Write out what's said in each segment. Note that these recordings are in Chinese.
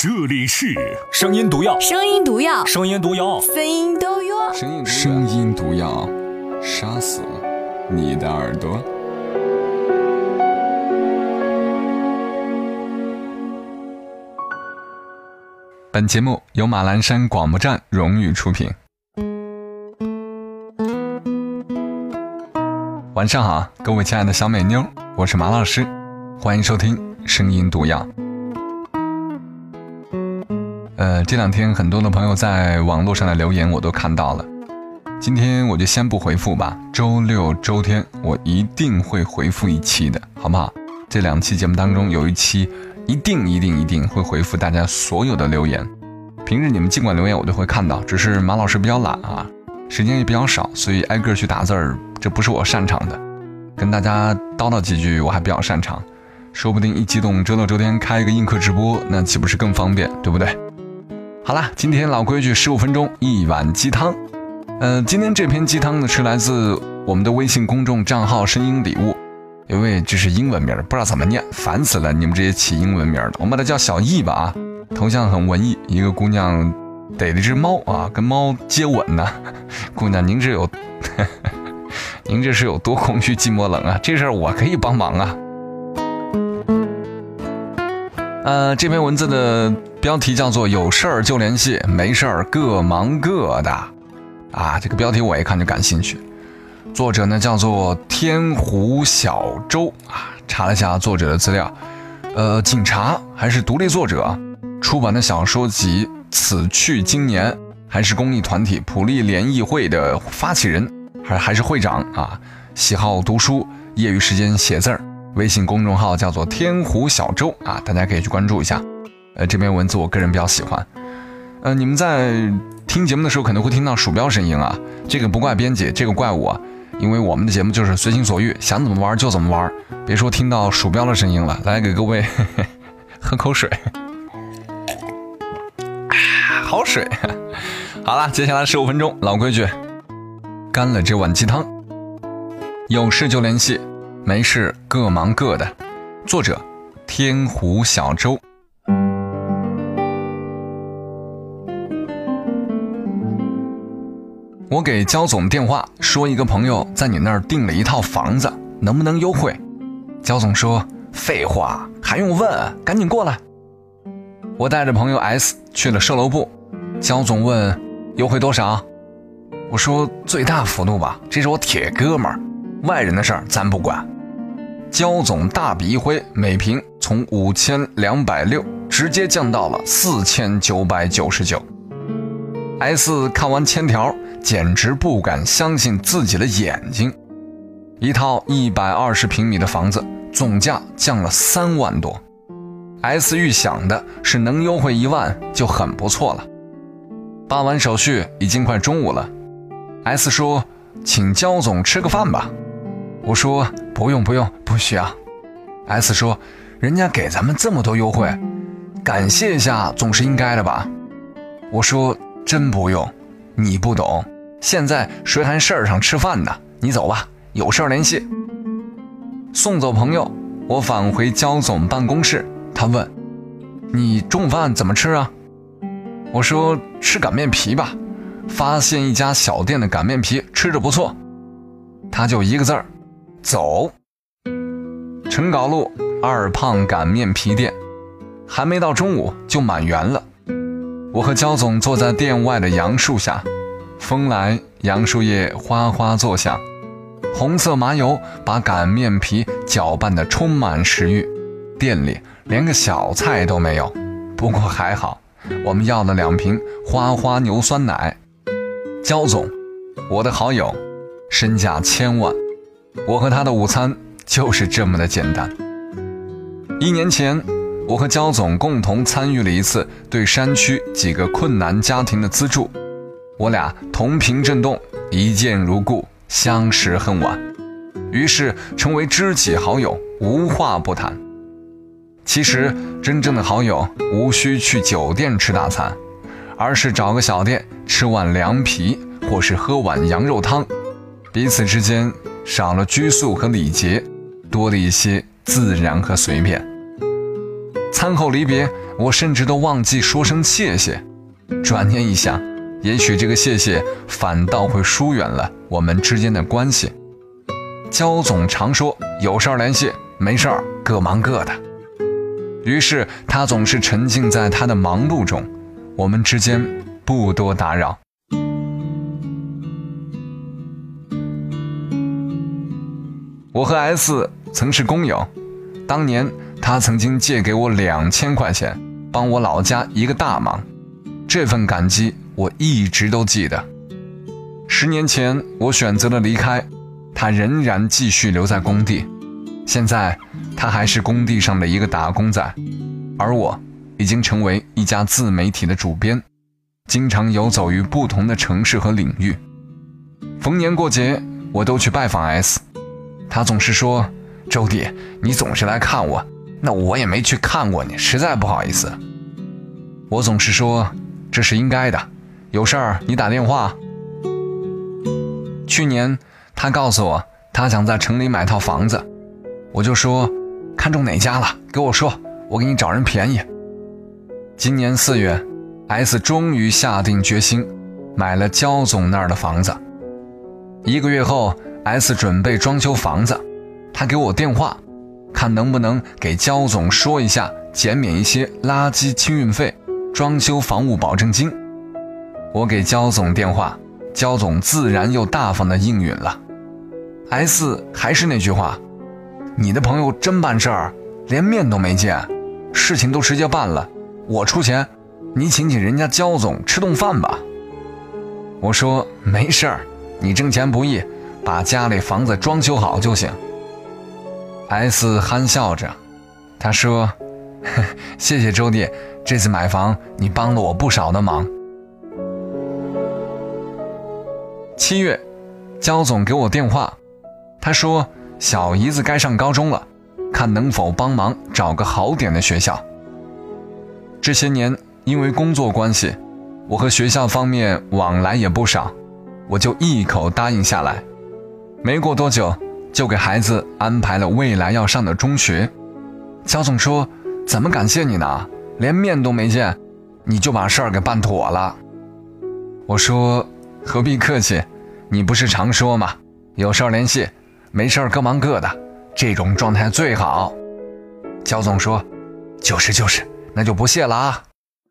这里是声音毒药， 声音毒药， 声音毒药， 声音都有， 声音毒药，杀死你的耳朵。本节目由马栏山广播站荣誉出品。晚上好，各位亲爱的小美妞，我是马老师，欢迎收听声音毒药。这两天很多的朋友在网络上的留言我都看到了，今天我就先不回复吧，周六周天我一定会回复一期的，好不好？这两期节目当中有一期一定会回复大家所有的留言。平日你们尽管留言我都会看到，只是马老师比较懒啊，时间也比较少，所以挨个去打字儿，这不是我擅长的。跟大家叨叨几句我还比较擅长，说不定一激动周六周天开一个映客直播，那岂不是更方便，对不对？好啦，今天老规矩，15分钟一碗鸡汤。今天这篇鸡汤呢是来自我们的微信公众账号声音礼物，因为这是英文名，不知道怎么念，烦死了，你们这些起英文名的，我们把它叫小易吧啊。头像很文艺，一个姑娘逮了只猫啊，跟猫接吻呢。姑娘，您这是有多空虚寂寞冷啊？这事儿我可以帮忙啊。这篇文字的标题叫做有事儿就联系，没事儿各忙各的啊。这个标题我一看就感兴趣。作者呢叫做天湖小周啊，查了一下作者的资料，警察还是独立作者，出版的小说集《此去经年》，还是公益团体普利联谊会的发起人，还是会长啊。喜好读书，业余时间写字儿。微信公众号叫做天湖小周啊，大家可以去关注一下。这篇文字我个人比较喜欢。你们在听节目的时候可能会听到鼠标声音啊，这个不怪编辑，这个怪我，因为我们的节目就是随心所欲，想怎么玩就怎么玩，别说听到鼠标的声音了。来给各位喝口水。好水。好了，接下来15分钟，老规矩，干了这碗鸡汤。有事就联系，没事各忙各的。作者天湖小周。我给焦总电话说一个朋友在你那儿订了一套房子，能不能优惠？焦总说废话还用问，赶紧过来。我带着朋友 S 去了售楼部，焦总问优惠多少？我说最大幅度吧，这是我铁哥们儿，外人的事儿咱不管。焦总大笔一挥，每平从5260直接降到了4999。S 看完签条，简直不敢相信自己的眼睛。一套120平米的房子，总价降了3万多。S 预想的是能优惠1万就很不错了。办完手续已经快中午了， S 说请焦总吃个饭吧。我说不用，不需要。 S 说人家给咱们这么多优惠，感谢一下总是应该的吧。我说真不用，你不懂，现在谁还事儿上吃饭呢？你走吧，有事儿联系。送走朋友，我返回焦总办公室，他问你中午饭怎么吃啊？我说吃擀面皮吧，发现一家小店的擀面皮吃着不错。他就一个字儿，走。陈皋路2胖擀面皮店，还没到中午就满员了。我和焦总坐在店外的杨树下，风来，杨树叶哗哗作响，红色麻油把擀面皮搅拌得充满食欲。店里连个小菜都没有，不过还好，我们要了2瓶花花牛酸奶。焦总，我的好友，身价1000万，我和他的午餐就是这么的简单。1年前，我和焦总共同参与了一次对山区几个困难家庭的资助，我俩同频震动，一见如故，相识恨晚，于是成为知己好友，无话不谈。其实真正的好友无需去酒店吃大餐，而是找个小店吃碗凉皮，或是喝碗羊肉汤，彼此之间少了拘束和礼节，多了一些自然和随便。 餐后离别，我甚至都忘记说声谢谢。转念一想，也许这个谢谢反倒会疏远了我们之间的关系。焦总常说有事儿联系，没事儿各忙各的。于是他总是沉浸在他的忙碌中，我们之间不多打扰。我和 S 曾是工友，当年他曾经借给我2000块钱，帮我老家一个大忙，这份感激我一直都记得。10年前我选择了离开，他仍然继续留在工地。现在他还是工地上的一个打工仔，而我已经成为一家自媒体的主编，经常游走于不同的城市和领域。逢年过节我都去拜访 S， 他总是说，周弟，你总是来看我，那我也没去看过你，实在不好意思。我总是说，这是应该的，有事儿你打电话。去年他告诉我他想在城里买套房子，我就说看中哪家了给我说，我给你找人便宜。今年4月 S 终于下定决心买了焦总那儿的房子。1个月后 S 准备装修房子，他给我电话，看能不能给焦总说一下减免一些垃圾清运费、装修房屋保证金。我给焦总电话，焦总自然又大方地应允了。S 还是那句话，你的朋友真办事儿，连面都没见，事情都直接办了，我出钱，你请人家焦总吃顿饭吧。我说没事儿，你挣钱不易，把家里房子装修好就行。S 憨笑着，他说谢谢周弟，这次买房你帮了我不少的忙。7月焦总给我电话，他说小姨子该上高中了，看能否帮忙找个好点的学校。这些年因为工作关系，我和学校方面往来也不少，我就一口答应下来。没过多久就给孩子安排了未来要上的中学。焦总说，怎么感谢你呢，连面都没见，你就把事儿给办妥了。我说何必客气，你不是常说吗，有事儿联系，没事儿各忙各的，这种状态最好。焦总说，就是，那就不谢了啊。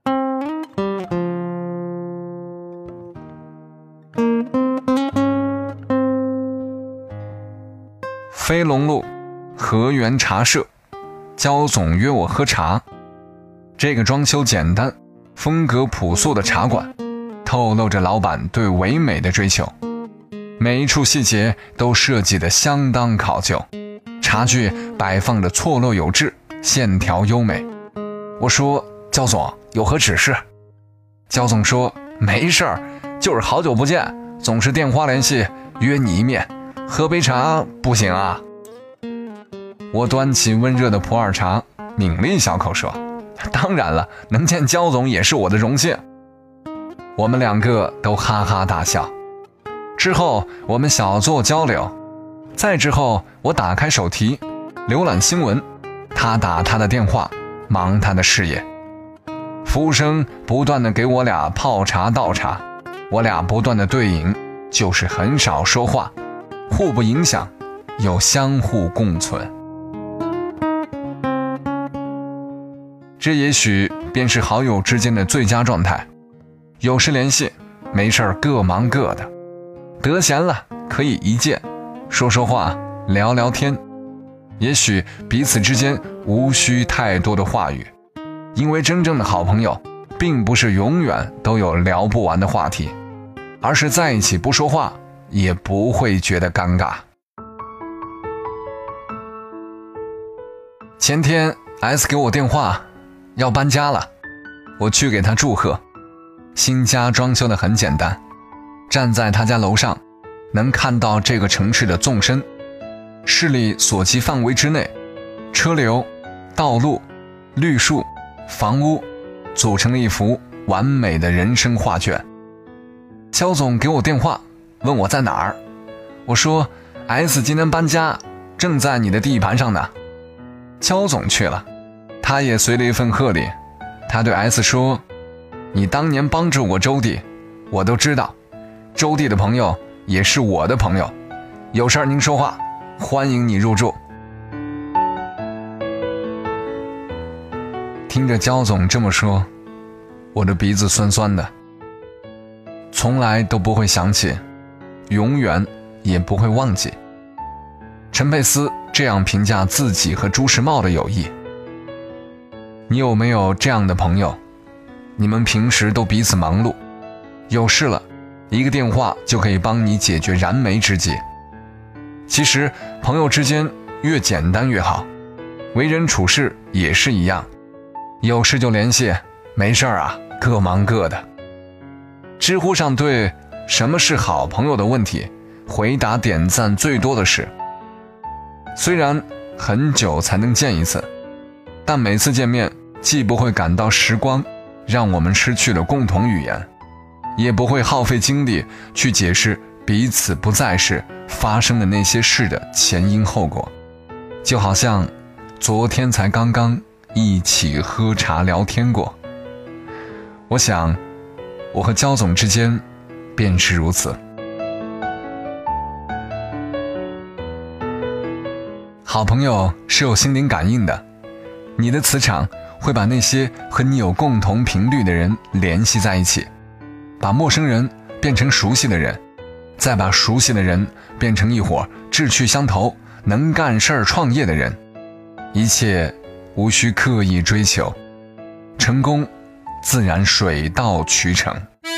飞龙路河源茶社，焦总约我喝茶。这个装修简单、风格朴素的茶馆，透露着老板对唯美的追求，每一处细节都设计得相当考究，茶具摆放着错落有致，线条优美。我说，焦总有何指示？焦总说，没事儿，就是好久不见，总是电话联系，约你一面，喝杯茶不行啊？我端起温热的普洱茶，抿了一小口说，当然了，能见焦总也是我的荣幸。我们2个都哈哈大笑。之后我们小作交流，再之后我打开手提浏览新闻，他打他的电话，忙他的事业。服务生不断地给我俩泡茶倒茶，我俩不断地对饮，就是很少说话，互不影响，又相互共存。这也许便是好友之间的最佳状态，有事联系，没事各忙各的，得闲了可以一见，说说话，聊聊天。也许彼此之间无需太多的话语，因为真正的好朋友并不是永远都有聊不完的话题，而是在一起不说话也不会觉得尴尬。前天 S 给我电话要搬家了，我去给他祝贺。新家装修得很简单，站在他家楼上能看到这个城市的纵深，视力所及范围之内，车流、道路、绿树、房屋组成了一幅完美的人生画卷。焦总给我电话问我在哪儿，我说 S 今天搬家，正在你的地盘上呢。焦总去了， 他也随了一份贺礼。他对 S 说，你当年帮助过周弟，我都知道，周弟的朋友也是我的朋友，有事儿您说话，欢迎你入住。听着焦总这么说，我的鼻子酸酸的。从来都不会想起，永远也不会忘记。陈佩斯这样评价自己和朱时茂的友谊。你有没有这样的朋友？你们平时都彼此忙碌，有事了，一个电话就可以帮你解决燃眉之急。其实朋友之间越简单越好，为人处事也是一样，有事就联系，没事啊各忙各的。知乎上对什么是好朋友的问题回答点赞最多的是，虽然很久才能见一次，但每次见面既不会感到时光让我们失去了共同语言，也不会耗费精力去解释彼此不在时发生的那些事的前因后果，就好像昨天才刚刚一起喝茶聊天过。我想我和焦总之间便是如此。好朋友是有心灵感应的，你的磁场会把那些和你有共同频率的人联系在一起，把陌生人变成熟悉的人，再把熟悉的人变成一伙志趣相投、能干事儿创业的人。一切无需刻意追求，成功自然水到渠成。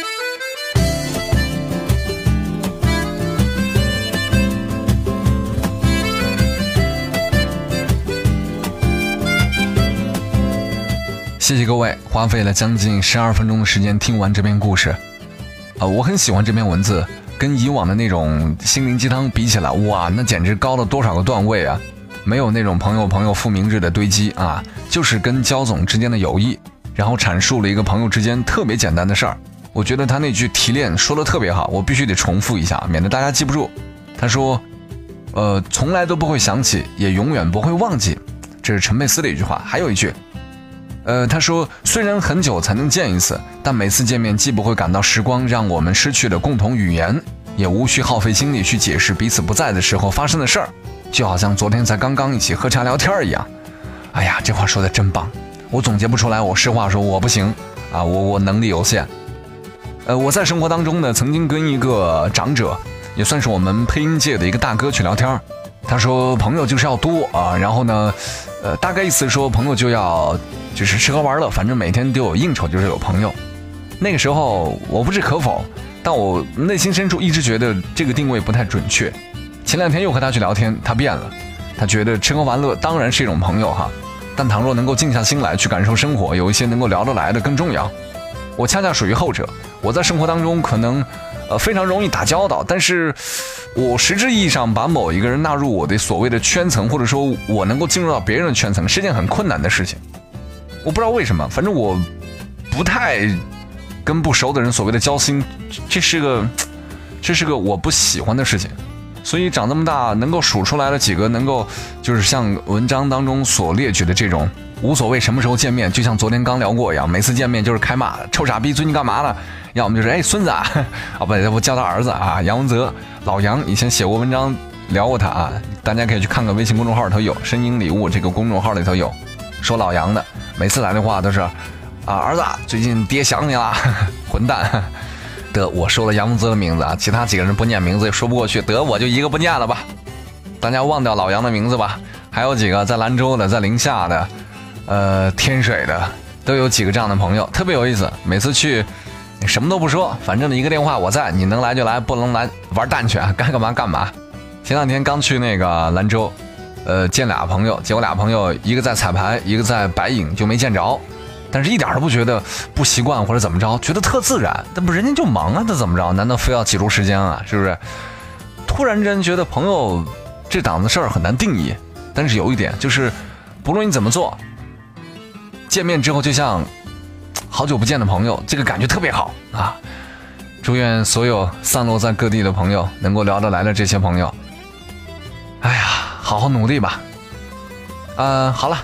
谢谢各位花费了将近12分钟的时间听完这篇故事。我很喜欢这篇文字，跟以往的那种心灵鸡汤比起来，哇，那简直高了多少个段位啊！没有那种朋友复名制的堆积啊，就是跟焦总之间的友谊，然后阐述了一个朋友之间特别简单的事儿。我觉得他那句提炼说的特别好，我必须得重复一下，免得大家记不住。他说从来都不会想起，也永远不会忘记，这是陈佩斯的一句话。还有一句他说虽然很久才能见一次，但每次见面既不会感到时光让我们失去了共同语言，也无需耗费精力去解释彼此不在的时候发生的事儿，就好像昨天才刚刚一起喝茶聊天一样。哎呀，这话说的真棒，我总结不出来，我实话说我不行啊，我能力有限。我在生活当中呢，曾经跟一个长者，也算是我们配音界的一个大哥去聊天，他说朋友就是要多啊，然后呢大概意思说朋友就是吃喝玩乐，反正每天都有应酬，就是有朋友。那个时候我不置可否，但我内心深处一直觉得这个定位不太准确。前2天又和他去聊天，他变了，他觉得吃喝玩乐当然是一种朋友哈，但倘若能够静下心来去感受生活，有一些能够聊得来的更重要。我恰恰属于后者，我在生活当中可能非常容易打交道，但是我实质意义上把某一个人纳入我的所谓的圈层，或者说我能够进入到别人的圈层，是件很困难的事情。我不知道为什么，反正我不太跟不熟的人所谓的交心，这是个我不喜欢的事情。所以长这么大能够数出来了几个能够就是像文章当中所列举的这种无所谓什么时候见面，就像昨天刚聊过一样，每次见面就是开骂，臭傻逼最近干嘛呢？要么就是孙子啊，不，我叫他儿子啊，杨文泽，老杨以前写过文章聊过他啊，大家可以去看看微信公众号里头有，声音礼物这个公众号里头有说老杨的，每次来的话都是儿子最近爹想你了，混蛋。得我说了杨文泽的名字啊，其他几个人不念名字也说不过去，得我就一个不念了吧，大家忘掉老杨的名字吧。还有几个在兰州的，在宁夏的天水的，都有几个这样的朋友，特别有意思。每次去你什么都不说，反正一个电话我在，你能来就来，不能来玩蛋去，该干嘛干嘛。前2天刚去那个兰州见俩朋友，结果俩朋友一个在彩排，一个在白影，就没见着，但是一点都不觉得不习惯或者怎么着，觉得特自然。但不人家就忙啊，他怎么着？难道非要挤出时间啊？是不是？突然间觉得朋友这档子事儿很难定义，但是有一点就是，不论你怎么做，见面之后就像好久不见的朋友，这个感觉特别好啊！祝愿所有散落在各地的朋友能够聊得来的这些朋友，哎呀，好好努力吧。好了。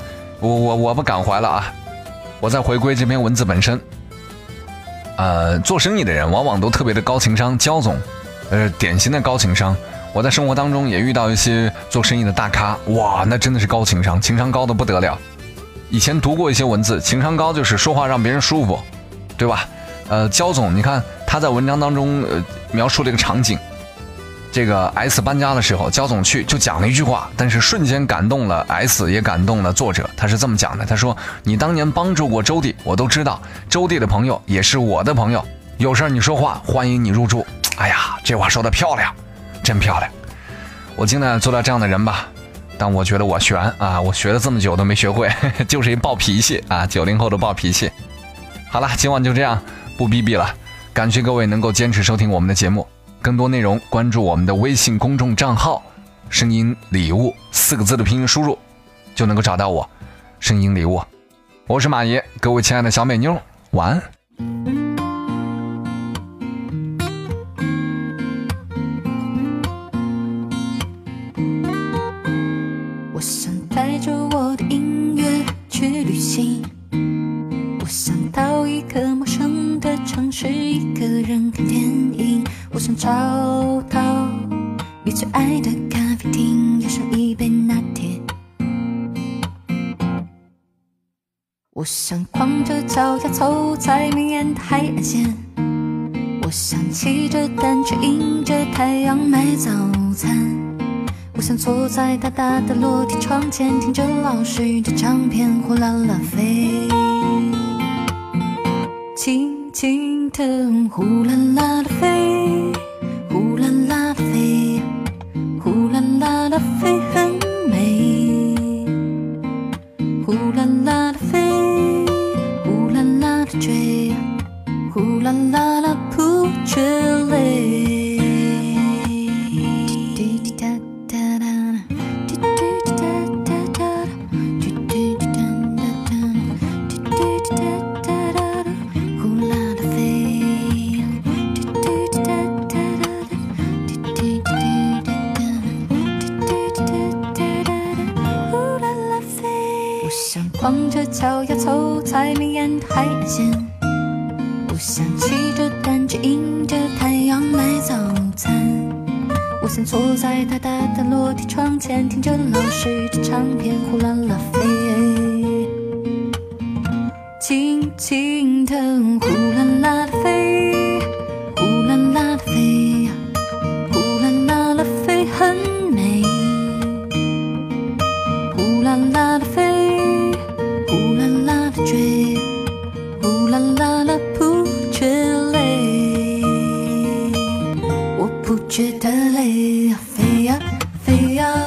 我不感怀了啊！我再回归这篇文字本身。做生意的人往往都特别的高情商，焦总，典型的高情商。我在生活当中也遇到一些做生意的大咖，哇，那真的是高情商，情商高的不得了。以前读过一些文字，情商高就是说话让别人舒服，对吧？焦总，你看他在文章当中描述了一个场景，这个 S 搬家的时候，焦总去就讲了一句话，但是瞬间感动了 S， 也感动了作者。他是这么讲的，他说：“你当年帮助过周弟，我都知道，周弟的朋友也是我的朋友，有事你说话，欢迎你入住。”哎呀，这话说的漂亮，真漂亮。我尽量做到这样的人吧，但我觉得我悬啊，我学了这么久都没学会，就是一暴脾气啊，90后的暴脾气。好了，今晚就这样，不逼逼了，感谢各位能够坚持收听我们的节目。更多内容关注我们的微信公众账号声音礼物4个字的拼音输入就能够找到我，声音礼物。我是马爷，各位亲爱的小美妞，晚安。 我想带着我的音乐去旅行，我想到一个陌生的城市，一个人看电影，我想找到你最爱的咖啡厅，要上一杯拿铁。我想光着脚丫走在明艳的海岸线，我想骑着单车迎着太阳买早餐，我想坐在大大的落地窗前，听着老师的唱片呼啦啦飞，轻轻地呼啦啦的飞，呼啦啦的飞，呼啦啦的飞很美，呼啦啦的飞，呼啦啦的追，呼啦啦啦不觉累。光着脚丫走在明艳的海岸线，我想骑着单车迎着太阳买早餐，我想坐在大大的落地窗前，听着老师的唱片呼啦啦飞，轻轻地呼啦啦的飞，呼啦啦的飞，呼啦啦的飞很美，呼啦啦的飞，追，呼啦啦啦不觉累，我不觉得累，飞呀飞呀。